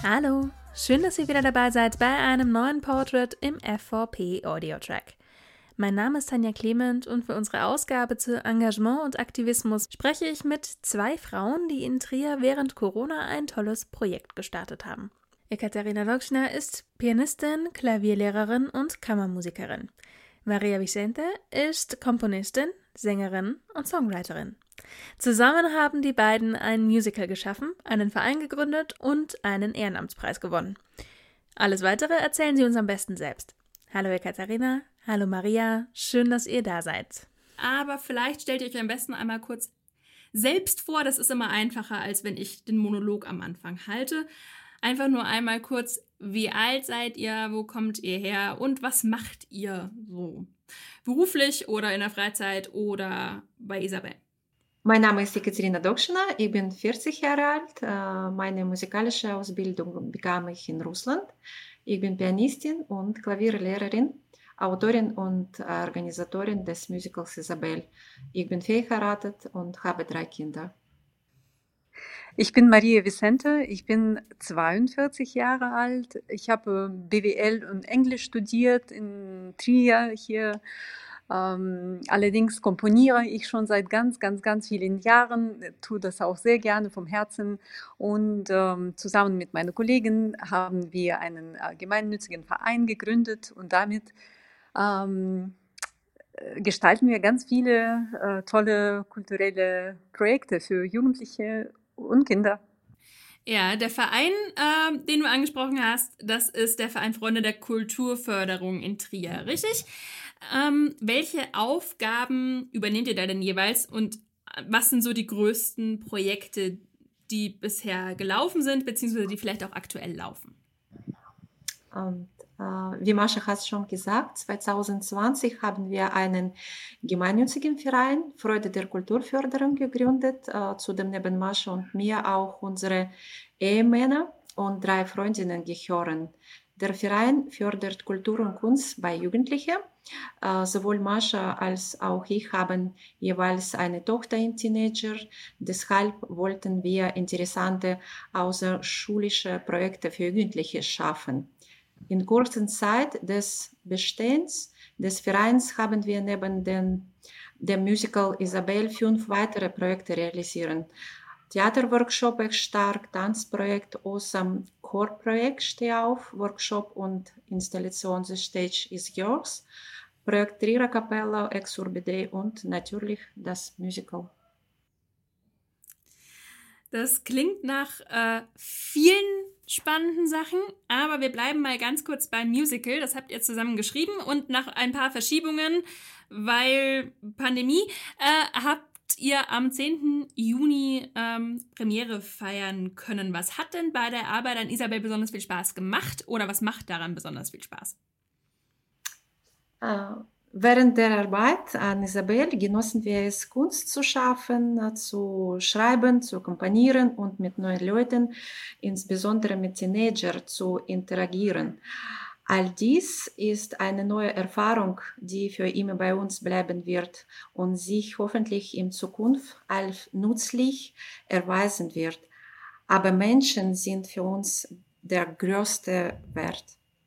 Hallo, schön, dass ihr wieder dabei seid bei einem neuen Portrait im F4P Audio Track. Mein Name ist Tanja Clement und für unsere Ausgabe zu Engagement und Aktivismus spreche ich mit zwei Frauen, die in Trier während Corona ein tolles Projekt gestartet haben. Ekaterina Dokschner ist Pianistin, Klavierlehrerin und Kammermusikerin. Maria Vicente ist Komponistin, Sängerin und Songwriterin. Zusammen haben die beiden ein Musical geschaffen, einen Verein gegründet und einen Ehrenamtspreis gewonnen. Alles Weitere erzählen sie uns am besten selbst. Hallo Ekaterina, hallo Maria, schön, dass ihr da seid. Aber vielleicht stellt ihr euch am besten einmal kurz selbst vor, das ist immer einfacher, als wenn ich den Monolog am Anfang halte. Einfach nur einmal kurz, wie alt seid ihr, wo kommt ihr her und was macht ihr so? Beruflich oder in der Freizeit oder bei Isabel? Mein Name ist Ekaterina Dokschner, ich bin 40 Jahre alt. Meine musikalische Ausbildung bekam ich in Russland. Ich bin Pianistin und Klavierlehrerin, Autorin und Organisatorin des Musicals Isabel. Ich bin verheiratet und habe 3 Kinder. Ich bin Maria Vicente, ich bin 42 Jahre alt. Ich habe BWL und Englisch studiert in Trier hier. Allerdings komponiere ich schon seit ganz vielen Jahren, tue das auch sehr gerne vom Herzen und zusammen mit meiner Kollegin haben wir einen gemeinnützigen Verein gegründet und damit gestalten wir ganz viele tolle kulturelle Projekte für Jugendliche und Kinder. Ja, der Verein, den du angesprochen hast, das ist der Verein Freunde der Kulturförderung in Trier, richtig? Welche Aufgaben übernehmt ihr da denn jeweils und was sind so die größten Projekte, die bisher gelaufen sind, beziehungsweise die vielleicht auch aktuell laufen? Und wie Mascha hat schon gesagt, 2020 haben wir einen gemeinnützigen Verein, Freude der Kulturförderung, gegründet, zu dem neben Mascha und mir auch unsere Ehemänner und 3 Freundinnen gehören. Der Verein fördert Kultur und Kunst bei Jugendlichen. Sowohl Mascha als auch ich haben jeweils eine Tochter im Teenager. Deshalb wollten wir interessante außerschulische Projekte für Jugendliche schaffen. In kurzer Zeit des Bestehens des Vereins haben wir neben dem Musical Isabel 5 weitere Projekte realisieren. Theaterworkshop Echt Stark, Tanzprojekt Awesome, Chorprojekt Steh auf, Workshop und Installation The Stage is Yours, Projekt Trierer Capella, Ex Urbidee und natürlich das Musical. Das klingt nach vielen spannenden Sachen, aber wir bleiben mal ganz kurz beim Musical. Das habt ihr zusammen geschrieben und nach ein paar Verschiebungen, weil Pandemie, habt ihr am 10. Juni Premiere feiern können. Was hat denn bei der Arbeit an Isabel besonders viel Spaß gemacht oder was macht daran besonders viel Spaß? Während der Arbeit an Isabel genossen wir es, Kunst zu schaffen, zu schreiben, zu komponieren und mit neuen Leuten, insbesondere mit Teenagern, zu interagieren. All dies ist eine neue Erfahrung, die für immer bei uns bleiben wird und sich hoffentlich in Zukunft als nützlich erweisen wird. Aber Menschen sind für uns der größte Wert.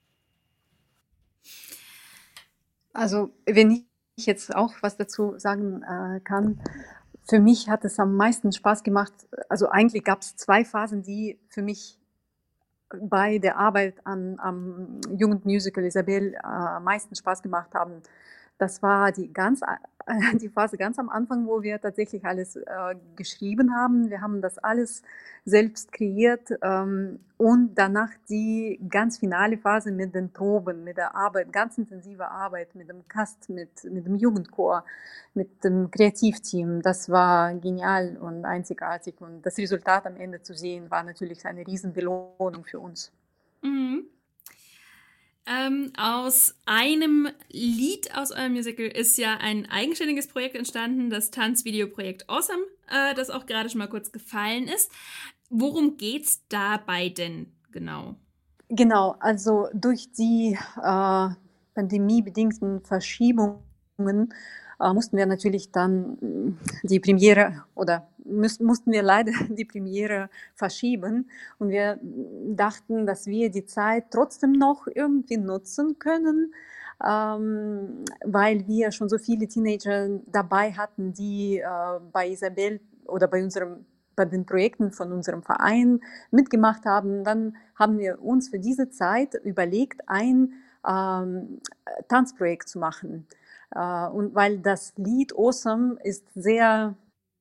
Also wenn ich jetzt auch was dazu sagen kann, für mich hat es am meisten Spaß gemacht. Also eigentlich gab es 2 Phasen, die für mich bei der Arbeit am Jugendmusical Isabel am meisten Spaß gemacht haben. Das war die Phase ganz am Anfang, wo wir tatsächlich alles geschrieben haben. Wir haben das alles selbst kreiert und danach die ganz finale Phase mit den Proben, mit der Arbeit, ganz intensive Arbeit mit dem Cast, mit dem Jugendchor, mit dem Kreativteam. Das war genial und einzigartig und das Resultat am Ende zu sehen, war natürlich eine Riesenbelohnung für uns. Mhm. Aus einem Lied aus eurem Musical ist ja ein eigenständiges Projekt entstanden, das Tanzvideoprojekt Awesome, das auch gerade schon mal kurz gefallen ist. Worum geht's dabei denn genau? Genau, also durch die pandemiebedingten Verschiebungen mussten wir natürlich dann die Premiere oder mussten wir leider die Premiere verschieben. Und wir dachten, dass wir die Zeit trotzdem noch irgendwie nutzen können, weil wir schon so viele Teenager dabei hatten, die bei Isabel oder bei den Projekten von unserem Verein mitgemacht haben. Dann haben wir uns für diese Zeit überlegt, ein Tanzprojekt zu machen. Und weil das Lied Awesome ist sehr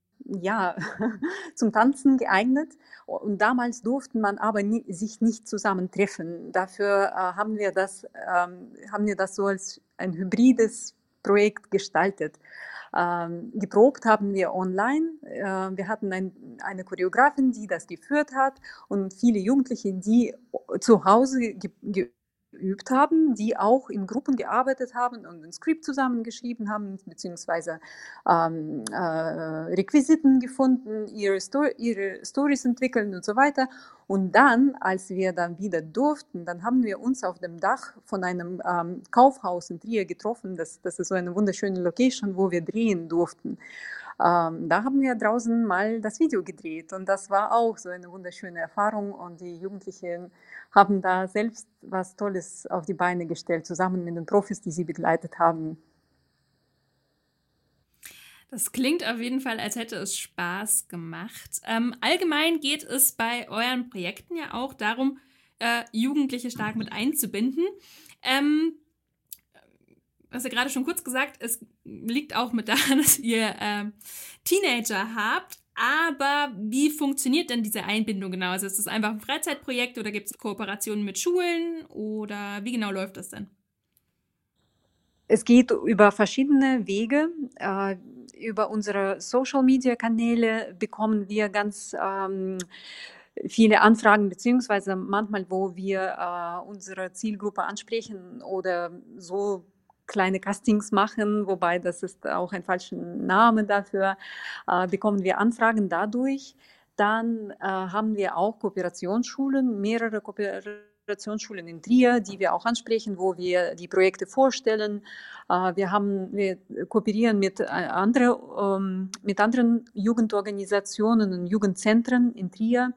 zum Tanzen geeignet. Und damals durften man aber sich nicht zusammentreffen. Dafür haben wir das so als ein hybrides Projekt gestaltet. Geprobt haben wir online. Wir hatten eine Choreografin, die das geführt hat und viele Jugendliche, die zu Hause geübt haben, die auch in Gruppen gearbeitet haben und ein Skript zusammengeschrieben haben, beziehungsweise Requisiten gefunden, ihre Stories entwickeln und so weiter. Und dann, als wir dann wieder durften, dann haben wir uns auf dem Dach von einem Kaufhaus in Trier getroffen. Das ist so eine wunderschöne Location, wo wir drehen durften. Da haben wir draußen mal das Video gedreht und das war auch so eine wunderschöne Erfahrung und die Jugendlichen haben da selbst was Tolles auf die Beine gestellt, zusammen mit den Profis, die sie begleitet haben. Das klingt auf jeden Fall, als hätte es Spaß gemacht. Allgemein geht es bei euren Projekten ja auch darum, Jugendliche stark mit einzubinden. Hast du gerade schon kurz gesagt, es liegt auch mit daran, dass ihr Teenager habt. Aber wie funktioniert denn diese Einbindung genau? Also ist das einfach ein Freizeitprojekt oder gibt es Kooperationen mit Schulen oder wie genau läuft das denn? Es geht über verschiedene Wege. Über unsere Social-Media-Kanäle bekommen wir ganz viele Anfragen, beziehungsweise manchmal, wo wir unsere Zielgruppe ansprechen oder so kleine Castings machen, wobei das ist auch ein falscher Name dafür, bekommen wir Anfragen dadurch. Dann haben wir auch Kooperationsschulen, mehrere Kooperationsschulen in Trier, die wir auch ansprechen, wo wir die Projekte vorstellen. Wir kooperieren mit anderen Jugendorganisationen und Jugendzentren in Trier.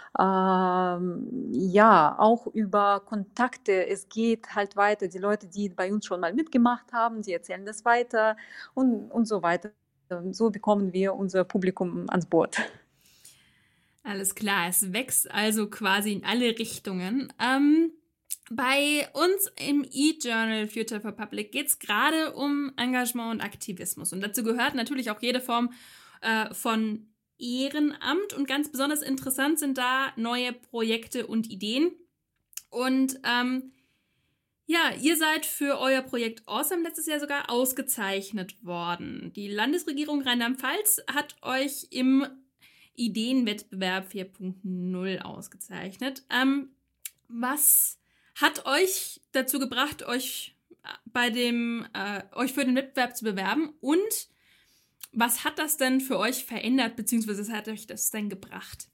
Auch über Kontakte. Es geht halt weiter. Die Leute, die bei uns schon mal mitgemacht haben, die erzählen das weiter und so weiter. So bekommen wir unser Publikum ans Board. Alles klar, es wächst also quasi in alle Richtungen. Bei uns im E-Journal Future for Public geht es gerade um Engagement und Aktivismus. Und dazu gehört natürlich auch jede Form von Ehrenamt. Und ganz besonders interessant sind da neue Projekte und Ideen. Und ihr seid für euer Projekt Awesome letztes Jahr sogar ausgezeichnet worden. Die Landesregierung Rheinland-Pfalz hat euch im Ideenwettbewerb 4.0 ausgezeichnet. Was hat euch dazu gebracht, euch für den Wettbewerb zu bewerben? Und was hat das denn für euch verändert, beziehungsweise was hat euch das denn gebracht?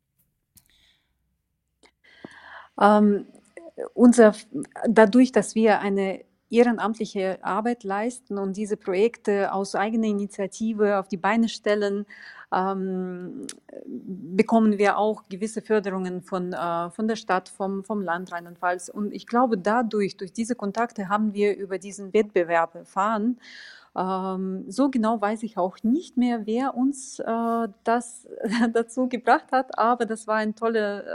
Dadurch, dass wir eine ehrenamtliche Arbeit leisten und diese Projekte aus eigener Initiative auf die Beine stellen, bekommen wir auch gewisse Förderungen von der Stadt, vom Land Rheinland-Pfalz. Und ich glaube, durch diese Kontakte haben wir über diesen Wettbewerb erfahren. So genau weiß ich auch nicht mehr, wer uns das dazu gebracht hat, aber das war eine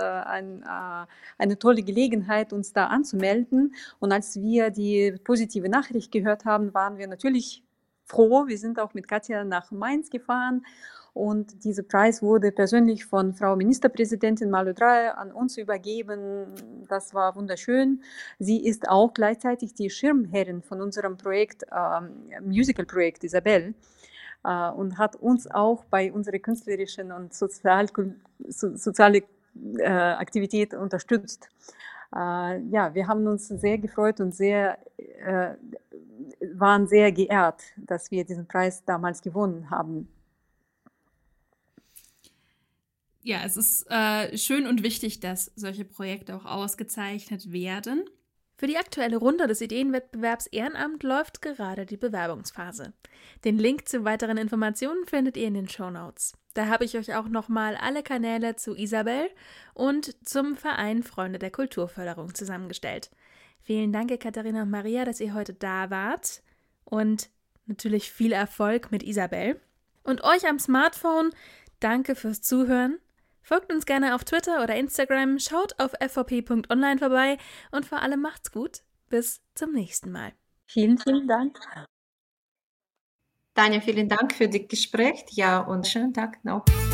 tolle Gelegenheit, uns da anzumelden. Und als wir die positive Nachricht gehört haben, waren wir natürlich froh. Wir sind auch mit Katja nach Mainz gefahren. Und dieser Preis wurde persönlich von Frau Ministerpräsidentin Malu Dreyer an uns übergeben. Das war wunderschön. Sie ist auch gleichzeitig die Schirmherrin von unserem Projekt, Musical-Projekt Isabel, und hat uns auch bei unserer künstlerischen und soziale Aktivität unterstützt. Wir haben uns sehr gefreut und waren sehr geehrt, dass wir diesen Preis damals gewonnen haben. Ja, es ist schön und wichtig, dass solche Projekte auch ausgezeichnet werden. Für die aktuelle Runde des Ideenwettbewerbs Ehrenamt läuft gerade die Bewerbungsphase. Den Link zu weiteren Informationen findet ihr in den Shownotes. Da habe ich euch auch nochmal alle Kanäle zu Isabel und zum Verein Freunde der Kulturförderung zusammengestellt. Vielen Dank, Katharina und Maria, dass ihr heute da wart und natürlich viel Erfolg mit Isabel. Und euch am Smartphone, danke fürs Zuhören. Folgt uns gerne auf Twitter oder Instagram, schaut auf fvp.online vorbei und vor allem macht's gut. Bis zum nächsten Mal. Vielen, vielen Dank. Tanja, vielen Dank für das Gespräch. Ja, und schönen Tag noch.